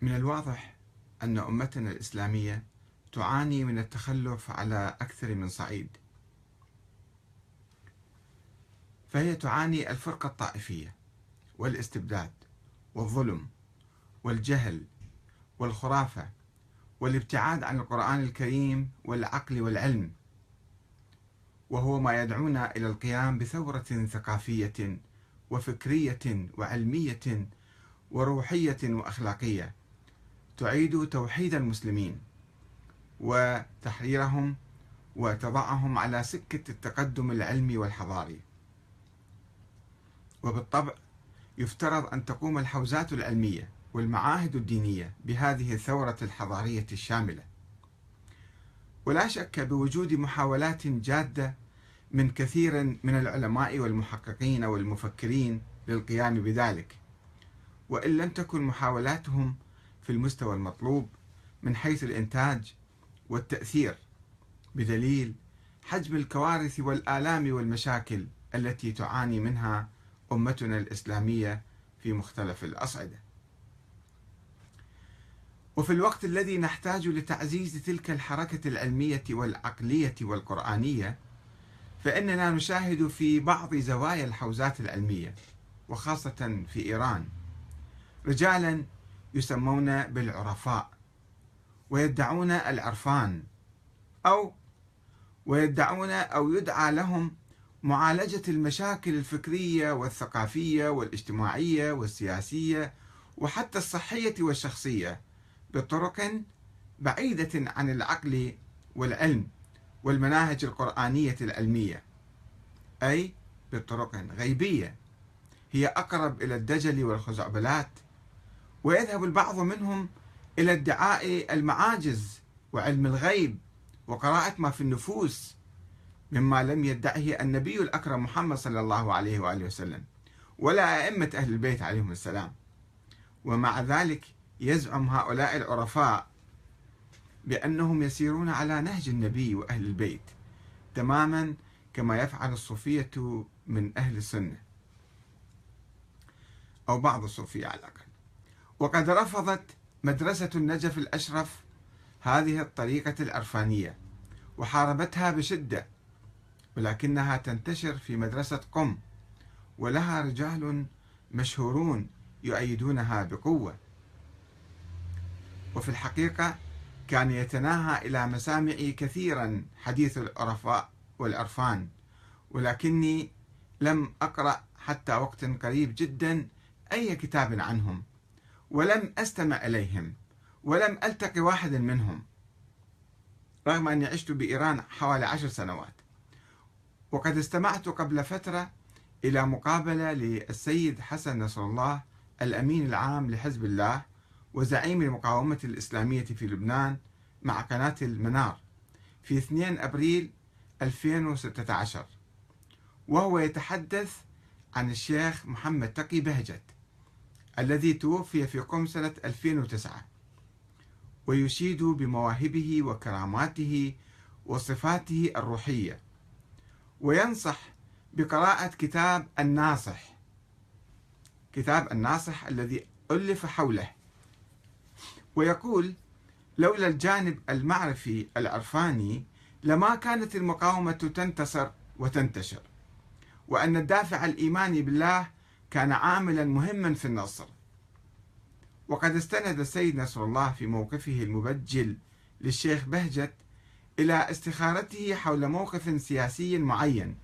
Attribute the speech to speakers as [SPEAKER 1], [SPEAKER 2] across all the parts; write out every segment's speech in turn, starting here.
[SPEAKER 1] من الواضح أن أمتنا الإسلامية تعاني من التخلف على أكثر من صعيد، فهي تعاني الفرقة الطائفية والاستبداد والظلم والجهل والخرافة والابتعاد عن القرآن الكريم والعقل والعلم، وهو ما يدعونا إلى القيام بثورة ثقافية وفكرية وعلمية وروحية وأخلاقية تعيد توحيد المسلمين وتحريرهم وتضعهم على سكة التقدم العلمي والحضاري. وبالطبع يفترض أن تقوم الحوزات العلمية والمعاهد الدينية بهذه الثورة الحضارية الشاملة، ولا شك بوجود محاولات جادة من كثير من العلماء والمحققين والمفكرين للقيام بذلك، وإن لم تكن محاولاتهم في المستوى المطلوب من حيث الإنتاج والتأثير، بدليل حجم الكوارث والآلام والمشاكل التي تعاني منها أمتنا الإسلامية في مختلف الأصعدة. وفي الوقت الذي نحتاج لتعزيز تلك الحركة العلمية والعقلية والقرآنية، فإننا نشاهد في بعض زوايا الحوزات العلمية وخاصة في إيران رجالا يسمون بالعرفاء ويدعون العرفان، ويدعون أو يدعى لهم معالجة المشاكل الفكرية والثقافية والاجتماعية والسياسية وحتى الصحية والشخصية بطرق بعيدة عن العقل والعلم والمناهج القرآنية العلمية، أي بطرق غيبية هي أقرب إلى الدجل والخزعبلات. ويذهب البعض منهم إلى ادعاء المعاجز وعلم الغيب وقراءة ما في النفوس مما لم يدعه النبي الأكرم محمد صلى الله عليه وآله وسلم ولا أئمة أهل البيت عليهم السلام. ومع ذلك يزعم هؤلاء العرفاء بأنهم يسيرون على نهج النبي وأهل البيت تماما كما يفعل الصوفية من أهل السنة أو بعض الصوفية على الأقل. وقد رفضت مدرسة النجف الأشرف هذه الطريقة العرفانية وحاربتها بشدة، ولكنها تنتشر في مدرسة قم ولها رجال مشهورون يؤيدونها بقوة. وفي الحقيقة كان يتناهى إلى مسامعي كثيرا حديث العرفاء والعرفان، ولكني لم أقرأ حتى وقت قريب جدا أي كتاب عنهم، ولم أستمع إليهم، ولم ألتقي واحدا منهم، رغم أني عشت بإيران حوالي 10 سنوات. وقد استمعت قبل فترة إلى مقابلة للسيد حسن نصر الله الأمين العام لحزب الله وزعيم المقاومة الإسلامية في لبنان مع قناة المنار في 2 أبريل 2016، وهو يتحدث عن الشيخ محمد تقي بهجت الذي توفي في قم سنة 2009، ويشيد بمواهبه وكراماته وصفاته الروحية، وينصح بقراءة كتاب الناصح الذي ألف حوله، ويقول: لولا الجانب المعرفي العرفاني لما كانت المقاومة تنتصر وتنتشر، وأن الدافع الإيماني بالله كان عاملا مهما في النصر. وقد استند السيد نصر الله في موقفه المبجل للشيخ بهجت إلى استخارته حول موقف سياسي معين،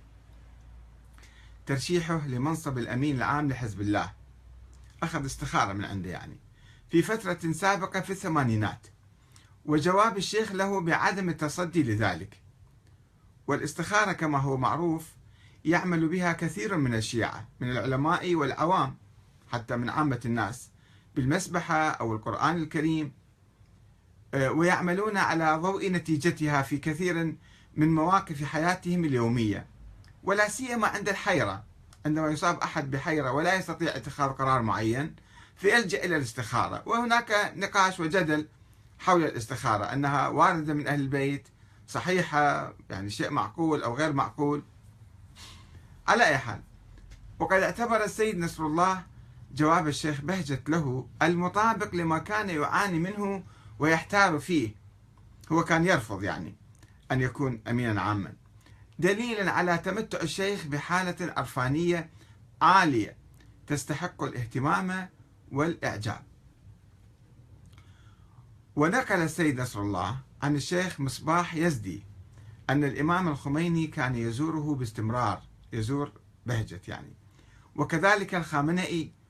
[SPEAKER 1] ترشيحه لمنصب الأمين العام لحزب الله، أخذ استخارة من عنده في فترة سابقة في الثمانينات، وجواب الشيخ له بعدم التصدي لذلك. والاستخارة كما هو معروف يعمل بها كثير من الشيعة من العلماء والعوام حتى من عامة الناس بالمسبحة أو القرآن الكريم، ويعملون على ضوء نتيجتها في كثير من مواقف حياتهم اليومية، ولا سيما عند الحيرة، عندما يصاب أحد بحيرة ولا يستطيع اتخاذ قرار معين فيلجأ إلى الاستخارة. وهناك نقاش وجدل حول الاستخارة أنها واردة من أهل البيت، صحيحة، شيء معقول أو غير معقول. على أي حال، وقد اعتبر السيد نصر الله جواب الشيخ بهجت له المطابق لما كان يعاني منه ويحتار فيه. هو كان يرفض يعني أن يكون أمينا عاما، دليلا على تمتع الشيخ بحالة عرفانية عالية تستحق الاهتمام والإعجاب. ونقل السيد نصر الله عن الشيخ مصباح يزدي أن الإمام الخميني كان يزوره باستمرار، يزور بهجت يعني، وكذلك الخامنئي